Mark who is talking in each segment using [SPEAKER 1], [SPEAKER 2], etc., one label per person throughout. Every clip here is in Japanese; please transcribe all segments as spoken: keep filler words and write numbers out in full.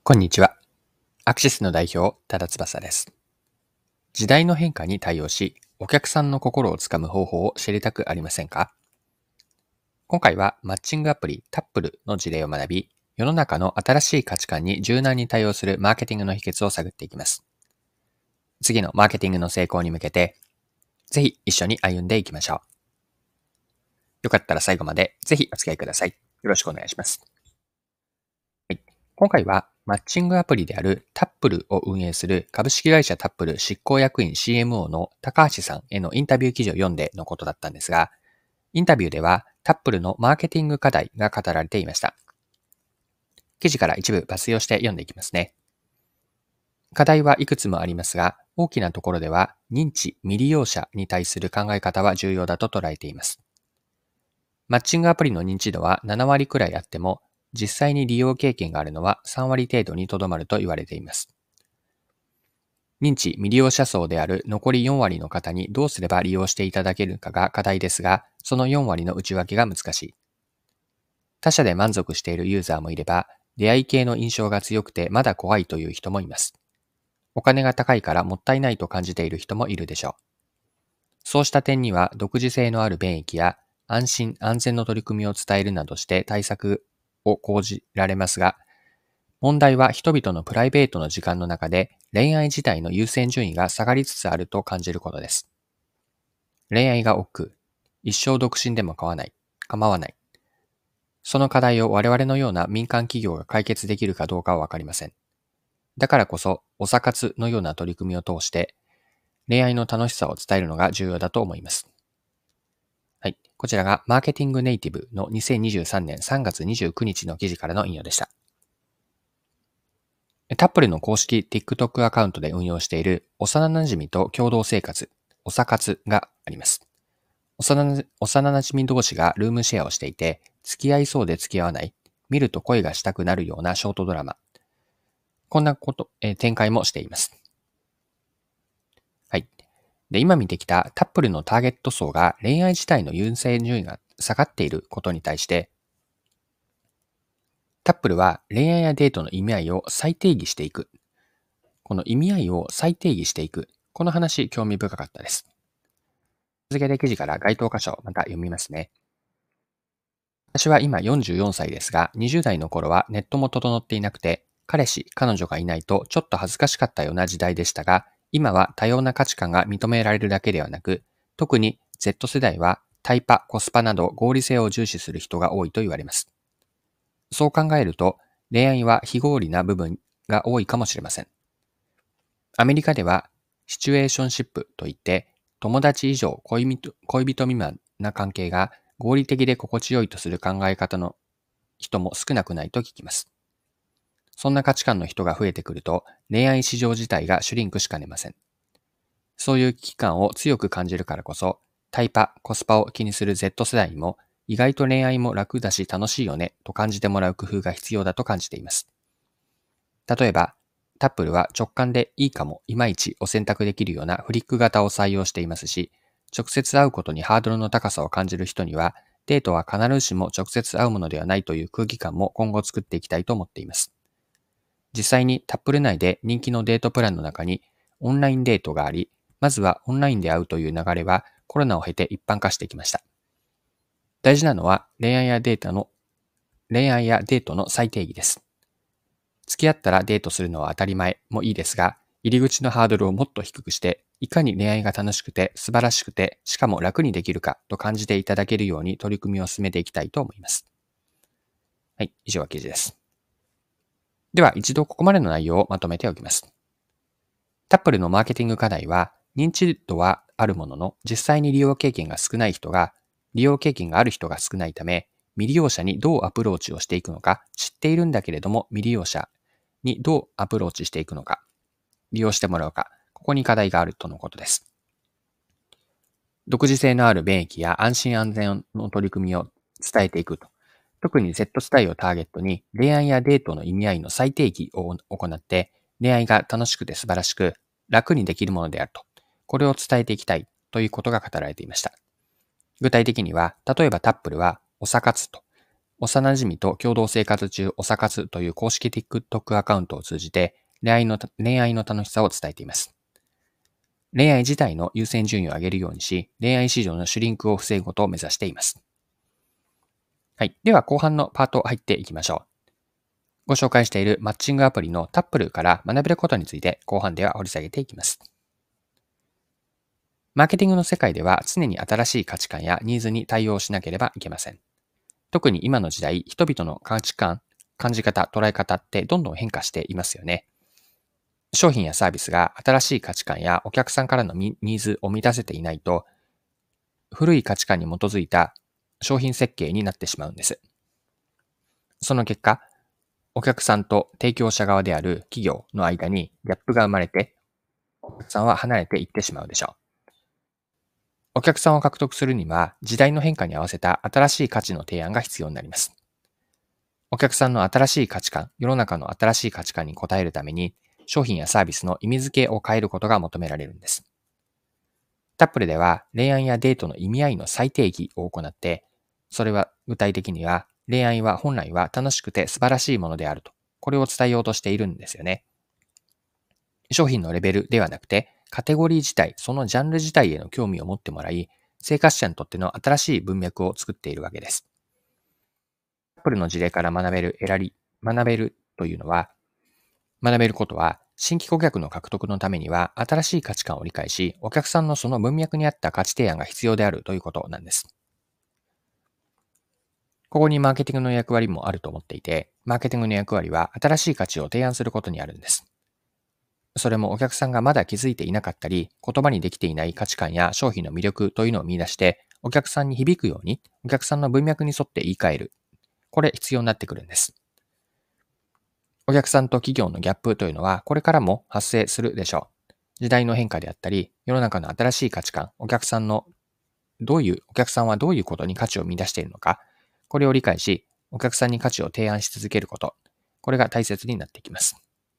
[SPEAKER 1] こんにちは。アクシスの代表、多田翼です。時代の変化に対応し、お客さんの心をつかむ方法を知りたくありませんか？今回はマッチングアプリタップルの事例を学び、世の中の新しい価値観に柔軟に対応するマーケティングの秘訣を探っていきます。次のマーケティングの成功に向けて、ぜひ一緒に歩んでいきましょう。よかったら最後までぜひお付き合いください。よろしくお願いします。はい、今回はマッチングアプリであるタップルを運営する株式会社タップル執行役員 シーエムオー の高橋さんへのインタビュー記事を読んでのことだったんですが、インタビューではタップルのマーケティング課題が語られていました。記事から一部抜粋をして読んでいきますね。課題はいくつもありますが、大きなところでは認知未利用者に対する考え方は重要だと捉えています。マッチングアプリの認知度はななわりくらいあっても、実際に利用経験があるのはさんわり程度にとどまると言われています。認知未利用者層である残りよんわりの方にどうすれば利用していただけるかが課題ですが、そのよんわりの内訳が難しい。他社で満足しているユーザーもいれば、出会い系の印象が強くてまだ怖いという人もいます。お金が高いからもったいないと感じている人もいるでしょう。そうした点には独自性のある便益や安心安全の取り組みを伝えるなどして対策を講じられますが、問題は人々のプライベートの時間の中で恋愛自体の優先順位が下がりつつあると感じることです。恋愛が億劫、一生独身でも構わない、構わない。その課題を我々のような民間企業が解決できるかどうかはわかりません。だからこそ、おさかつのような取り組みを通して、恋愛の楽しさを伝えるのが重要だと思います。はい。こちらがマーケティングネイティブのにせんにじゅうさんねんさんがつにじゅうくにちの記事からの引用でした。タップルの公式 TikTok アカウントで運用している幼馴染と共同生活、おさかつがあります。幼な幼馴染同士がルームシェアをしていて、付き合いそうで付き合わない、見ると恋がしたくなるようなショートドラマ。こんなこと、えー展開もしています。はい。で、今見てきたタップルのターゲット層が恋愛自体の優先順位が下がっていることに対して、タップルは恋愛やデートの意味合いを再定義していく。この意味合いを再定義していく。この話、興味深かったです。続けて記事から該当箇所をまた読みますね。私は今よんじゅうよんさいですが、にじゅう代の頃はネットも整っていなくて、彼氏、彼女がいないとちょっと恥ずかしかったような時代でしたが、今は多様な価値観が認められるだけではなく、特に Z 世代はタイパ、コスパなど合理性を重視する人が多いと言われます。そう考えると、恋愛は非合理な部分が多いかもしれません。アメリカでは、シチュエーションシップといって、友達以上恋人、恋人未満な関係が合理的で心地よいとする考え方の人も少なくないと聞きます。そんな価値観の人が増えてくると、恋愛市場自体がシュリンクしかねません。そういう危機感を強く感じるからこそ、タイパ、コスパを気にする Z 世代にも、意外と恋愛も楽だし楽しいよねと感じてもらう工夫が必要だと感じています。例えば、タップルは直感でいいかも、いまいちを選択できるようなフリック型を採用していますし、直接会うことにハードルの高さを感じる人には、デートは必ずしも直接会うものではないという空気感も今後作っていきたいと思っています。実際にタップル内で人気のデートプランの中にオンラインデートがあり、まずはオンラインで会うという流れはコロナを経て一般化してきました。大事なのは恋愛やデータの、恋愛やデートの再定義です。付き合ったらデートするのは当たり前もいいですが、入り口のハードルをもっと低くして、いかに恋愛が楽しくて素晴らしくて、しかも楽にできるかと感じていただけるように取り組みを進めていきたいと思います。はい、以上は記事です。では一度ここまでの内容をまとめておきます。タップルのマーケティング課題は、認知度はあるものの、実際に利用経験が少ない人が、利用経験がある人が少ないため、未利用者にどうアプローチをしていくのか、知っているんだけれども未利用者にどうアプローチしていくのか、利用してもらうか、ここに課題があるとのことです。独自性のある便益や安心安全の取り組みを伝えていくと。特に Z 世代をターゲットに恋愛やデートの意味合いの再定義を行って、恋愛が楽しくて素晴らしく楽にできるものであると。これを伝えていきたいということが語られていました。具体的には、例えばタップルはおさかつと幼馴染と共同生活中おさかつという公式 TikTok アカウントを通じて恋愛の恋愛の楽しさを伝えています。恋愛自体の優先順位を上げるようにし、恋愛市場のシュリンクを防ぐことを目指しています。はい。では後半のパート入っていきましょう。ご紹介しているマッチングアプリのタップルから学べることについて後半では掘り下げていきます。マーケティングの世界では常に新しい価値観やニーズに対応しなければいけません。特に今の時代、人々の価値観、感じ方、捉え方ってどんどん変化していますよね。商品やサービスが新しい価値観やお客さんからのニーズを満たせていないと、古い価値観に基づいた商品設計になってしまうんです。その結果、お客さんと提供者側である企業の間にギャップが生まれて、お客さんは離れていってしまうでしょう。お客さんを獲得するには、時代の変化に合わせた新しい価値の提案が必要になります。お客さんの新しい価値観、世の中の新しい価値観に応えるために、商品やサービスの意味付けを変えることが求められるんです。タップルでは恋愛やデートの意味合いの再定義を行って、それは具体的には恋愛は本来は楽しくて素晴らしいものであると、これを伝えようとしているんですよね。商品のレベルではなくて、カテゴリー自体、そのジャンル自体への興味を持ってもらい、生活者にとっての新しい文脈を作っているわけです。タップルの事例から学べる、選り、学べるというのは、学べることは、新規顧客の獲得のためには、新しい価値観を理解し、お客さんのその文脈に合った価値提案が必要であるということなんです。ここにマーケティングの役割もあると思っていて、マーケティングの役割は新しい価値を提案することにあるんです。それもお客さんがまだ気づいていなかったり、言葉にできていない価値観や商品の魅力というのを見出して、お客さんに響くように、お客さんの文脈に沿って言い換える。これ必要になってくるんです。お客さんと企業のギャップというのは、これからも発生するでしょう。時代の変化であったり、世の中の新しい価値観、お客さんのどういう、お客さんはどういうことに価値を見出しているのか、これを理解し、お客さんに価値を提案し続けること、これが大切になってきます。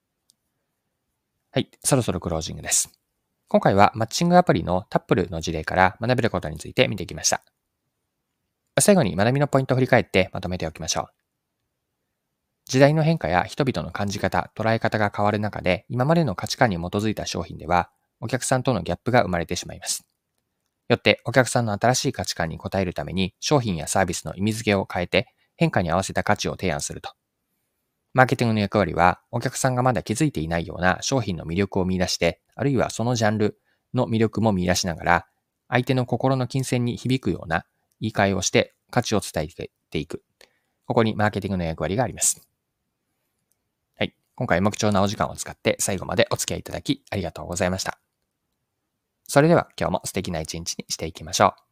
[SPEAKER 1] はい、そろそろクロージングです。今回はマッチングアプリのタップルの事例から学べることについて見てきました。最後に学びのポイントを振り返ってまとめておきましょう。時代の変化や人々の感じ方、捉え方が変わる中で、今までの価値観に基づいた商品では、お客さんとのギャップが生まれてしまいます。よって、お客さんの新しい価値観に応えるために、商品やサービスの意味付けを変えて、変化に合わせた価値を提案すると。マーケティングの役割は、お客さんがまだ気づいていないような商品の魅力を見出して、あるいはそのジャンルの魅力も見出しながら、相手の心の金銭に響くような言い換えをして価値を伝えていく。ここにマーケティングの役割があります。はい。今回も貴重なお時間を使って最後までお付き合いいただきありがとうございました。それでは今日も素敵な一日にしていきましょう。